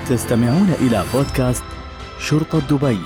تستمعون إلى بودكاست شرطة دبي.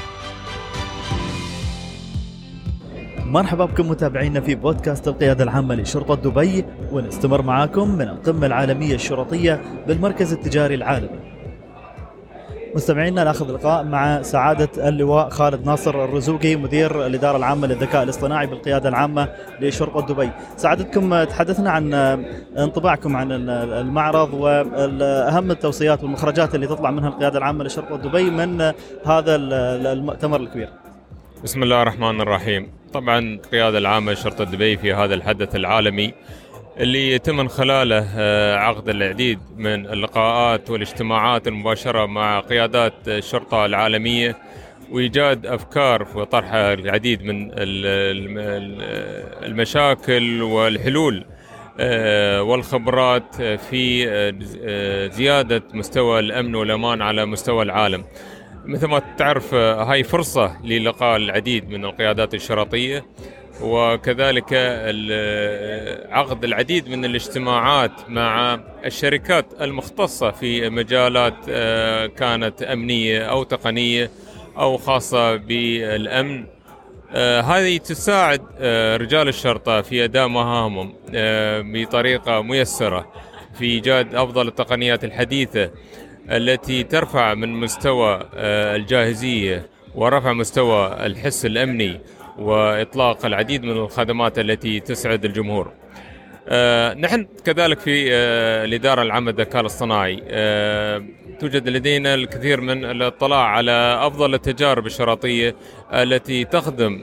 مرحبا بكم متابعينا في بودكاست القيادة العامة لشرطة دبي، ونستمر معاكم من القمة العالمية الشرطية بالمركز التجاري العالمي. مستمعينا ناخذ لقاء مع سعادة اللواء خالد ناصر الرزوقي، مدير الإدارة العامة للذكاء الاصطناعي بالقيادة العامة لشرطة دبي. سعادتكم تحدثنا عن انطباعكم عن المعرض وأهم التوصيات والمخرجات اللي تطلع منها القيادة العامة لشرطة دبي من هذا المؤتمر الكبير. بسم الله الرحمن الرحيم. طبعا القيادة العامة لشرطة دبي في هذا الحدث العالمي اللي يتم من خلاله عقد العديد من اللقاءات والاجتماعات المباشرة مع قيادات الشرطة العالمية، وإيجاد أفكار وطرح العديد من المشاكل والحلول والخبرات في زيادة مستوى الأمن والأمان على مستوى العالم. مثل ما تعرف هاي فرصة للقاء العديد من القيادات الشرطية، وكذلك عقد العديد من الاجتماعات مع الشركات المختصة في مجالات كانت أمنية أو تقنية أو خاصة بالأمن. هذه تساعد رجال الشرطة في أداء مهامهم بطريقة ميسرة في إيجاد أفضل التقنيات الحديثة التي ترفع من مستوى الجاهزية ورفع مستوى الحس الأمني وإطلاق العديد من الخدمات التي تسعد الجمهور. نحن كذلك في الإدارة العامة للذكاء الاصطناعي توجد لدينا الكثير من الاطلاع على أفضل التجارب الشرطية التي تخدم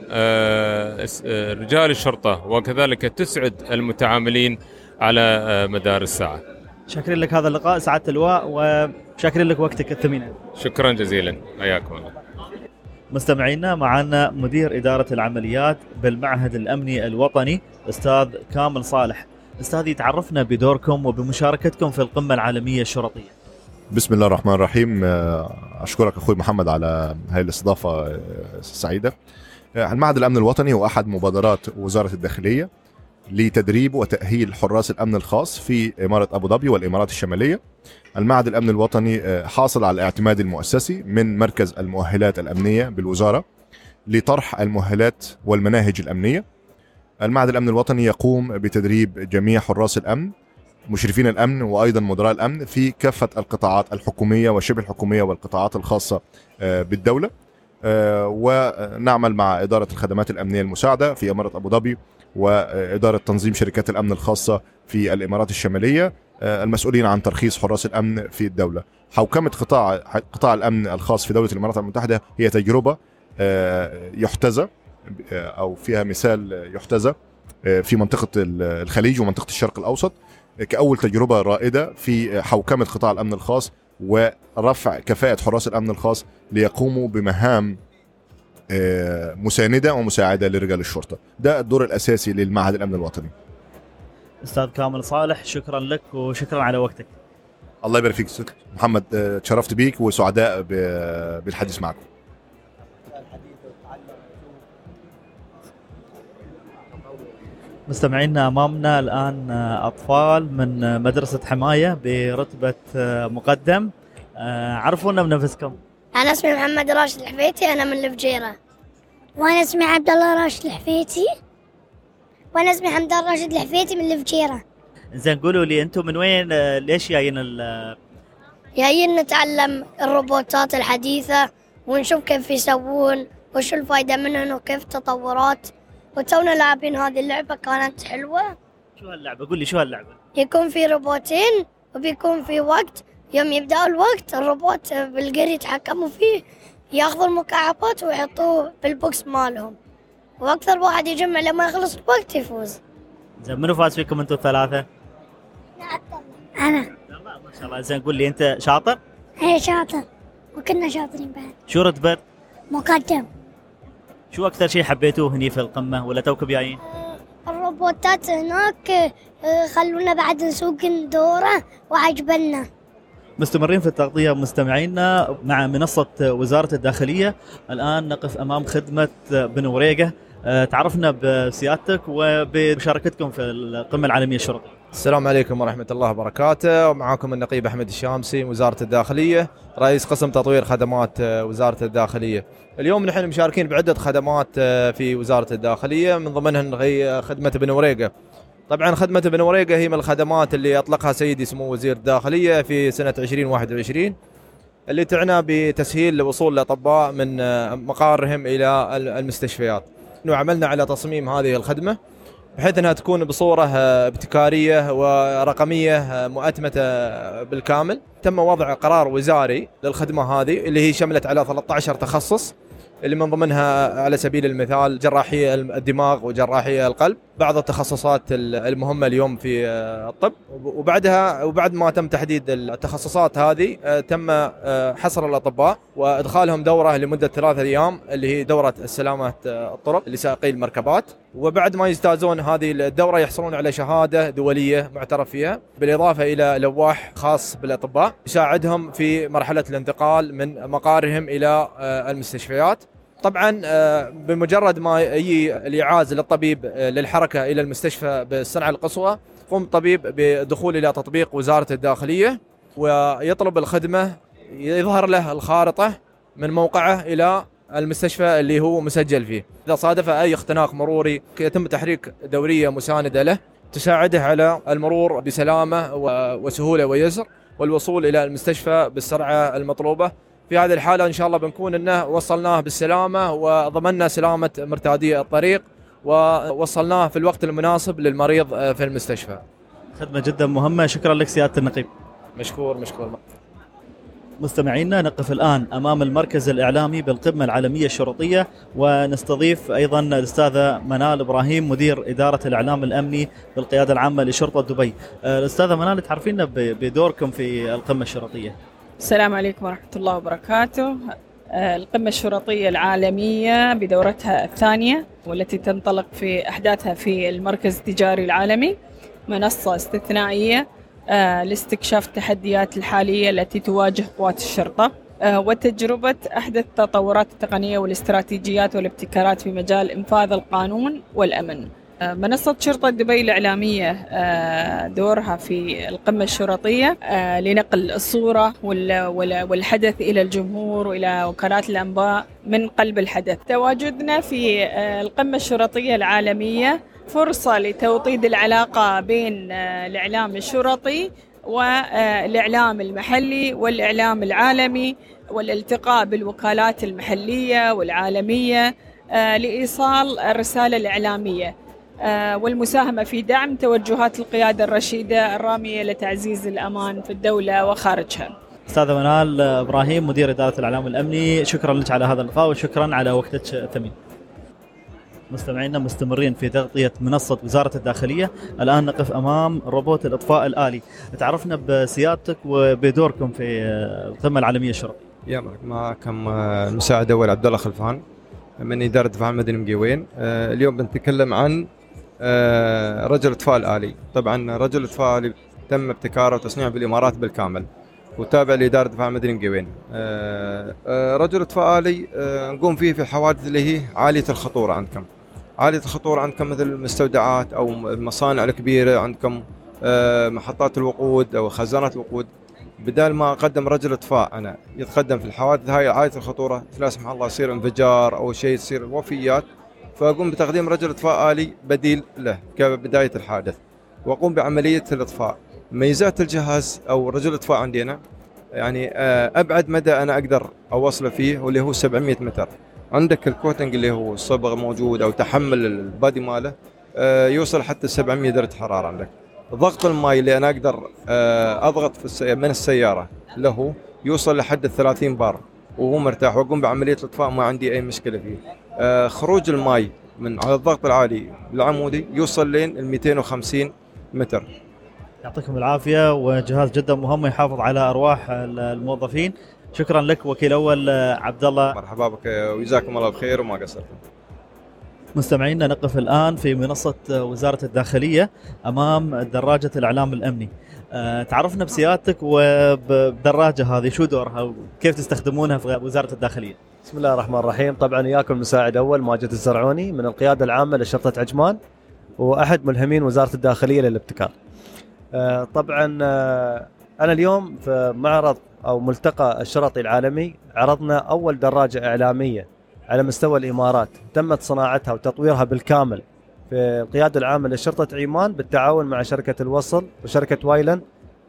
رجال الشرطة وكذلك تسعد المتعاملين على مدار الساعة. شاكرين لك هذا اللقاء سعادة اللواء، وشاكرين لك وقتك الثمين. شكرا جزيلا، حياكم الله. مستمعينا معنا مدير إدارة العمليات بالمعهد الأمني الوطني أستاذ كامل صالح. أستاذ يتعرفنا بدوركم وبمشاركتكم في القمة العالمية الشرطية. بسم الله الرحمن الرحيم. أشكرك أخوي محمد على هذه الاستضافة السعيدة. المعهد الأمن الوطني هو أحد مبادرات وزارة الداخلية لتدريب وتأهيل حراس الأمن الخاص في إمارة أبو ظبي والإمارات الشمالية. المعهد الأمن الوطني حاصل على الاعتماد المؤسسي من مركز المؤهلات الأمنية بالوزارة لطرح المؤهلات والمناهج الأمنية. المعهد الأمن الوطني يقوم بتدريب جميع حراس الأمن، مشرفين الأمن وأيضا مدراء الأمن في كافة القطاعات الحكومية وشبه الحكومية والقطاعات الخاصة بالدولة. ونعمل مع إدارة الخدمات الأمنية المساعدة في إمارة أبو ظبي وإدارة تنظيم شركات الأمن الخاصة في الإمارات الشمالية، المسؤولين عن ترخيص حراس الأمن في الدولة. حوكمة قطاع الأمن الخاص في دولة الإمارات المتحدة هي تجربة يحتذى أو فيها مثال يحتذى في منطقة الخليج ومنطقة الشرق الأوسط كأول تجربة رائدة في حوكمة قطاع الأمن الخاص ورفع كفاءة حراس الأمن الخاص ليقوموا بمهام مساندة ومساعدة لرجال الشرطة. ده الدور الأساسي للمعهد الأمن الوطني. أستاذ كامل صالح، شكرا لك وشكرا على وقتك. الله يبارك فيك محمد، تشرفت بيك وسعداء بالحديث معكم. مستمعينا أمامنا الآن أطفال من مدرسة حماية برتبة مقدم. عرفونا بنفسكم. أنا اسمي محمد راشد الحفيتي، أنا من الفجيرة. وأنا اسمي عبد الله راشد الحفيتي. وأنا اسمي حمدان راشد الحفيتي من الفجيرة. زين قولوا لي أنتم من وين؟ ليش جايين؟ جايين نتعلم الروبوتات الحديثة ونشوف كيف يسوون وشو الفايدة منهم وكيف تطورات، وتونا لاعبين هذه اللعبة كانت حلوة. شو هاللعبة؟ قول لي شو هاللعبة؟ يكون في روبوتين وبيكون في وقت، يوم يبدأ الوقت الروبوت بالقري يتحكموا فيه، ياخذوا المكعبات ويحطوه بالبوكس مالهم، واكثر واحد يجمع لما يخلص الوقت يفوز. زين منو فاز فيكم انتم الثلاثة؟ أنا. ما شاء الله. زين قول لي أنت شاطر؟ هي شاطر وكنا شاطرين بعد. شو رتبت؟ مقدم. شو أكثر شيء حبيتوه هني في القمة ولا توكم جايين؟ الروبوتات هناك خلونا بعد نسوق ندوره وعجبنا. مستمرين في التغطية مستمعينا مع منصة وزارة الداخلية. الآن نقف أمام خدمة بن وريقة تعرفنا بسيادتك وبمشاركتكم في القمة العالمية الشرطية. السلام عليكم ورحمة الله وبركاته. ومعاكم النقيب أحمد الشامسي، وزارة الداخلية، رئيس قسم تطوير خدمات وزارة الداخلية. اليوم نحن مشاركين بعدة خدمات في وزارة الداخلية، من ضمنها هي خدمة بن وريقة. طبعا خدمة بن وريقة هي من الخدمات اللي أطلقها سيدي سمو وزير الداخلية في سنة 2021، اللي تعنى بتسهيل وصول الأطباء من مقارهم إلى المستشفيات. وعملنا على تصميم هذه الخدمة بحيث أنها تكون بصورة ابتكارية ورقمية مؤتمتة بالكامل. تم وضع قرار وزاري للخدمة هذه اللي هي شملت على 13 تخصص، اللي من ضمنها على سبيل المثال جراحية الدماغ وجراحية القلب، بعض التخصصات المهمة اليوم في الطب. وبعد ما تم تحديد التخصصات هذه تم حصر الأطباء وإدخالهم دورة لمدة 3 أيام، اللي هي دورة سلامة الطرق لسائقي المركبات. وبعد ما يجتازون هذه الدورة يحصلون على شهادة دولية معترف فيها، بالإضافة إلى لواح خاص بالأطباء يساعدهم في مرحلة الانتقال من مقارهم إلى المستشفيات. طبعا بمجرد ما يجي الإعاز للطبيب للحركة إلى المستشفى بالصنعة القصوى، يقوم الطبيب بدخول إلى تطبيق وزارة الداخلية ويطلب الخدمة، يظهر له الخارطة من موقعه إلى المستشفى اللي هو مسجل فيه. إذا صادف أي اختناق مروري يتم تحريك دورية مساندة له تساعده على المرور بسلامة وسهولة ويسر، والوصول إلى المستشفى بالسرعة المطلوبة. في هذه الحالة إن شاء الله بنكون أنه وصلناه بالسلامة وضمننا سلامة مرتادي الطريق ووصلناه في الوقت المناسب للمريض في المستشفى. خدمة جدا مهمة، شكرا لك سيادة النقيب. مشكور. مستمعينا، نقف الآن أمام المركز الإعلامي بالقمة العالمية الشرطية، ونستضيف أيضا الأستاذة منال إبراهيم، مدير إدارة الإعلام الأمني بالقيادة العامة لشرطة دبي. الأستاذة منال، تعرفينا بدوركم في القمة الشرطية. السلام عليكم ورحمة الله وبركاته. القمة الشرطية العالمية بدورتها الثانية، والتي تنطلق في أحداثها في المركز التجاري العالمي، منصة استثنائية لاستكشاف التحديات الحالية التي تواجه قوات الشرطة وتجربة أحدث التطورات التقنية والاستراتيجيات والابتكارات في مجال إنفاذ القانون والأمن. منصة شرطة دبي الإعلامية دورها في القمة الشرطية لنقل الصورة والحدث إلى الجمهور وإلى وكالات الأنباء من قلب الحدث. تواجدنا في القمة الشرطية العالمية فرصة لتوطيد العلاقة بين الإعلام الشرطي والإعلام المحلي والإعلام العالمي، والالتقاء بالوكالات المحلية والعالمية لإيصال الرسالة الإعلامية والمساهمة في دعم توجهات القيادة الرشيدة الرامية لتعزيز الأمان في الدولة وخارجها. أستاذة منال إبراهيم، مدير إدارة الإعلام الأمني، شكرا لك على هذا اللقاء وشكرا على وقتك الثمين. مستمعينا، مستمرين في تغطية منصة وزارة الداخلية. الآن نقف أمام روبوت الإطفاء الآلي. تعرفنا بسيادتك وبدوركم في القمة العالمية الشرطية. معكم المساعد أول عبد الله خلفان من إدارة الدفاع المدني مقيوين. اليوم بنتكلم عن رجل إطفاء الآلي. طبعا رجل الإطفاء الآلي تم ابتكاره وتصنيعه بالإمارات بالكامل، وتابع لإدارة الدفاع المدني مقيوين. رجل إطفاء آلي نقوم فيه في الحوادث اللي هي عالية الخطورة عندكم. عالية الخطورة عندكم مثل المستودعات أو المصانع الكبيرة، عندكم محطات الوقود أو خزانات الوقود. بدال ما أقدم رجل إطفاء أنا يتقدم في الحوادث هاي عالية الخطورة، لا سمح الله يصير انفجار أو شيء، تصير وفيات، فأقوم بتقديم رجل إطفاء آلي بديل له كبداية الحادث، وأقوم بعملية الإطفاء. ميزات الجهاز أو رجل الإطفاء عندنا يعني أبعد مدى أنا أقدر أوصله فيه واللي هو 700 متر. عندك الكوتنج اللي هو الصبغ موجود أو تحمل البادي ماله يوصل حتى 700 درجة حرارة. عندك ضغط الماء اللي أنا أقدر أضغط من السيارة له يوصل لحد 30 بار وهو مرتاح، وأقوم بعملية الإطفاء ما عندي أي مشكلة فيه. خروج الماء من على الضغط العالي بالعمودي يوصل لين 250 متر. يعطيكم العافية، وجهاز جدا مهم يحافظ على أرواح الموظفين. شكرا لك وكيل أول عبد الله. مرحبا بك وجزاكم الله بخير وما قصرتم. مستمعينا، نقف الآن في منصة وزارة الداخلية أمام دراجة الإعلام الأمني. تعرفنا بسيادتك وبدراجة هذه، شو دورها وكيف تستخدمونها في وزارة الداخلية؟ بسم الله الرحمن الرحيم. طبعا وياكم مساعد أول ماجد الزرعوني من القيادة العامة لشرطة عجمان وأحد ملهمين وزارة الداخلية للابتكار. طبعا أنا اليوم في معرض أو ملتقى الشرطي العالمي عرضنا أول دراجة إعلامية على مستوى الإمارات تمت صناعتها وتطويرها بالكامل في القيادة العامة لشرطة عمان بالتعاون مع شركة الوصل وشركة وايلن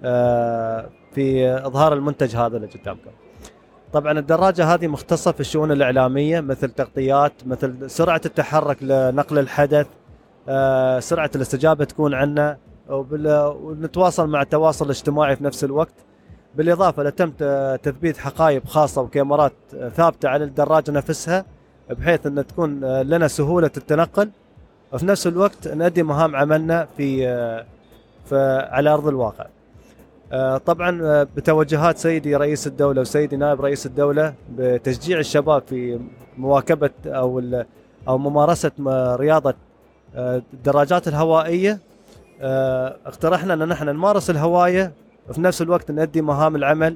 في إظهار المنتج هذا اللي قدامكم. طبعا الدراجة هذه مختصة في الشؤون الإعلامية مثل تغطيات، مثل سرعة التحرك لنقل الحدث، سرعة الاستجابة تكون عنا، ونتواصل مع التواصل الاجتماعي في نفس الوقت. بالإضافة لتم تثبيت حقائب خاصة وكاميرات ثابتة على الدراجة نفسها بحيث أن تكون لنا سهولة التنقل وفي نفس الوقت نؤدي مهام عملنا على أرض الواقع. طبعا بتوجهات سيدي رئيس الدولة وسيدي نائب رئيس الدولة بتشجيع الشباب في مواكبة أو ممارسة رياضة الدراجات الهوائية، اقترحنا أن نحن نمارس الهواية وفي نفس الوقت نؤدي مهام العمل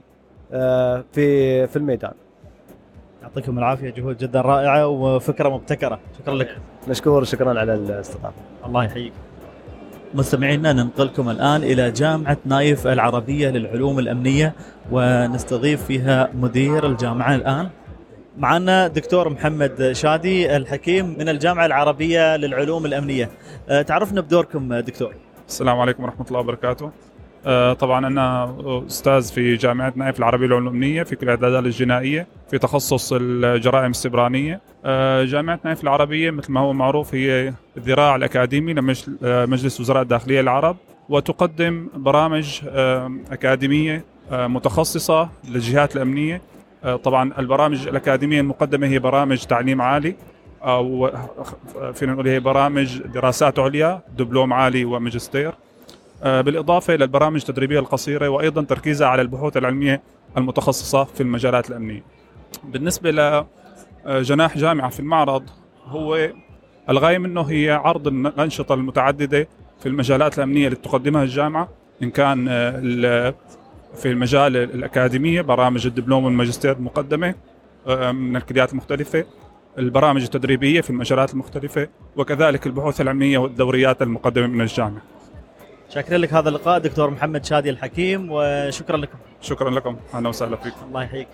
في الميدان. يعطيكم العافية، جهود جدا رائعة وفكرة مبتكرة. شكرا لك. نشكر شكرا على الاستضافة. الله يحييك. مستمعينا ننقلكم الآن إلى جامعة نايف العربية للعلوم الأمنية ونستضيف فيها مدير الجامعة الآن. معنا دكتور محمد شادي الحكيم من الجامعة العربية للعلوم الأمنية. تعرفنا بدوركم دكتور. السلام عليكم ورحمة الله وبركاته. طبعا أنا أستاذ في جامعة نايف العربية للعلوم الأمنية في كلية العدالة الجنائية في تخصص الجرائم السبرانية. جامعة نايف العربية مثل ما هو معروف هي الذراع الأكاديمي لمجلس وزراء الداخلية العرب، وتقدم برامج أكاديمية متخصصة للجهات الأمنية. طبعا البرامج الأكاديمية المقدمة هي برامج تعليم عالي، أو فينا نقول هي برامج دراسات عليا، دبلوم عالي وماجستير، بالإضافة إلى البرامج التدريبية القصيرة، وأيضا تركيزها على البحوث العلمية المتخصصة في المجالات الأمنية. بالنسبة لجناح جامعة في المعرض، هو الغاية منه هي عرض الأنشطة المتعددة في المجالات الأمنية اللي تقدمها الجامعة، إن كان في المجال الأكاديمية برامج الدبلوم والماجستير المقدمة من الكليات المختلفة، البرامج التدريبية في المجالات المختلفة، وكذلك البحوث العلمية والدوريات المقدمة من الجامعة. شكرا لك هذا اللقاء دكتور محمد شادي الحكيم، وشكرا لكم. شكرا لكم، أهلا وسهلا فيكم. الله يحييك.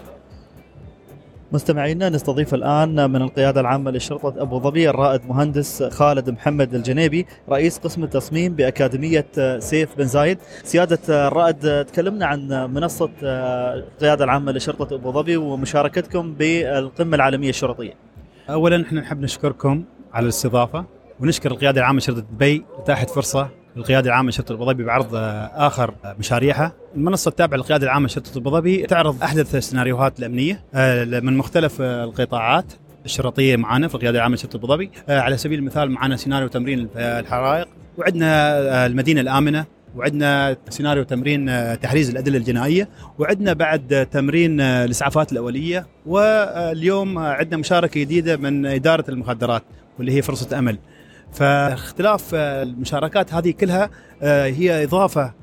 مستمعينا نستضيف الآن من القيادة العامة لشرطة أبو ظبي الرائد مهندس خالد محمد الجنيبي رئيس قسم التصميم بأكاديمية سيف بن زايد. سيادة الرائد، تكلمنا عن منصة القيادة العامة لشرطة أبو ظبي ومشاركتكم بالقمة العالمية الشرطية. أولا نحن نحب نشكركم على الاستضافة، ونشكر القيادة العامة لشرطة دبي اتاحت فرصة للقيادة العامة لشرطة أبو ظبي بعرض آخر مشاريعها. المنصة التابعة للقيادة العامة لشرطة أبو ظبي تعرض أحدث السيناريوهات الأمنية من مختلف القطاعات الشرطية معنا في القيادة العامة لشرطة أبو ظبي. على سبيل المثال معنا سيناريو تمرين الحرائق، وعندنا المدينة الآمنة، وعندنا سيناريو تمرين تحريز الأدلة الجنائية، وعندنا بعد تمرين الإسعافات الأولية، واليوم عندنا مشاركة جديدة من إدارة المخدرات واللي هي فرصة أمل. فاختلاف المشاركات هذه كلها هي إضافة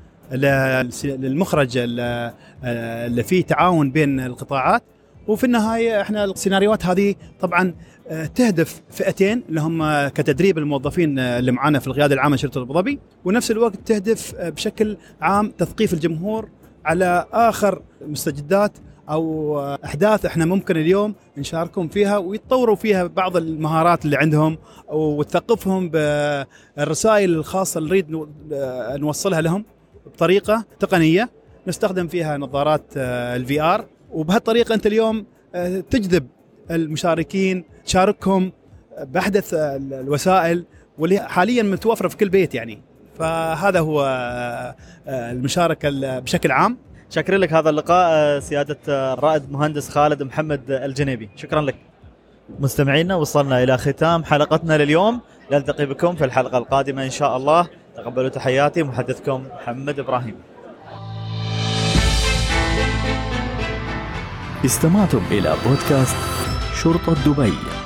للمخرج اللي فيه تعاون بين القطاعات. وفي النهاية احنا السيناريوهات هذه طبعا تهدف فئتين اللي هم كتدريب الموظفين اللي معانا في القيادة العامة لشرطة أبو ظبي، ونفس الوقت تهدف بشكل عام تثقيف الجمهور على آخر مستجدات أو أحداث إحنا ممكن اليوم نشاركهم فيها ويتطوروا فيها بعض المهارات اللي عندهم، وتثقفهم بالرسائل الخاصة اللي نريد نوصلها لهم بطريقة تقنية نستخدم فيها نظارات الVR. وبهالطريقة أنت اليوم تجذب المشاركين، تشاركهم بأحدث الوسائل واللي حاليا متوفرة في كل بيت يعني. فهذا هو المشاركة بشكل عام. شكرا لك هذا اللقاء سيادة الرائد مهندس خالد محمد الجنيبي، شكرا لك. مستمعينا وصلنا إلى ختام حلقتنا لليوم، نلتقي بكم في الحلقة القادمة إن شاء الله. تقبلوا تحياتي، محدثكم محمد إبراهيم. استمعتم إلى بودكاست شرطة دبي.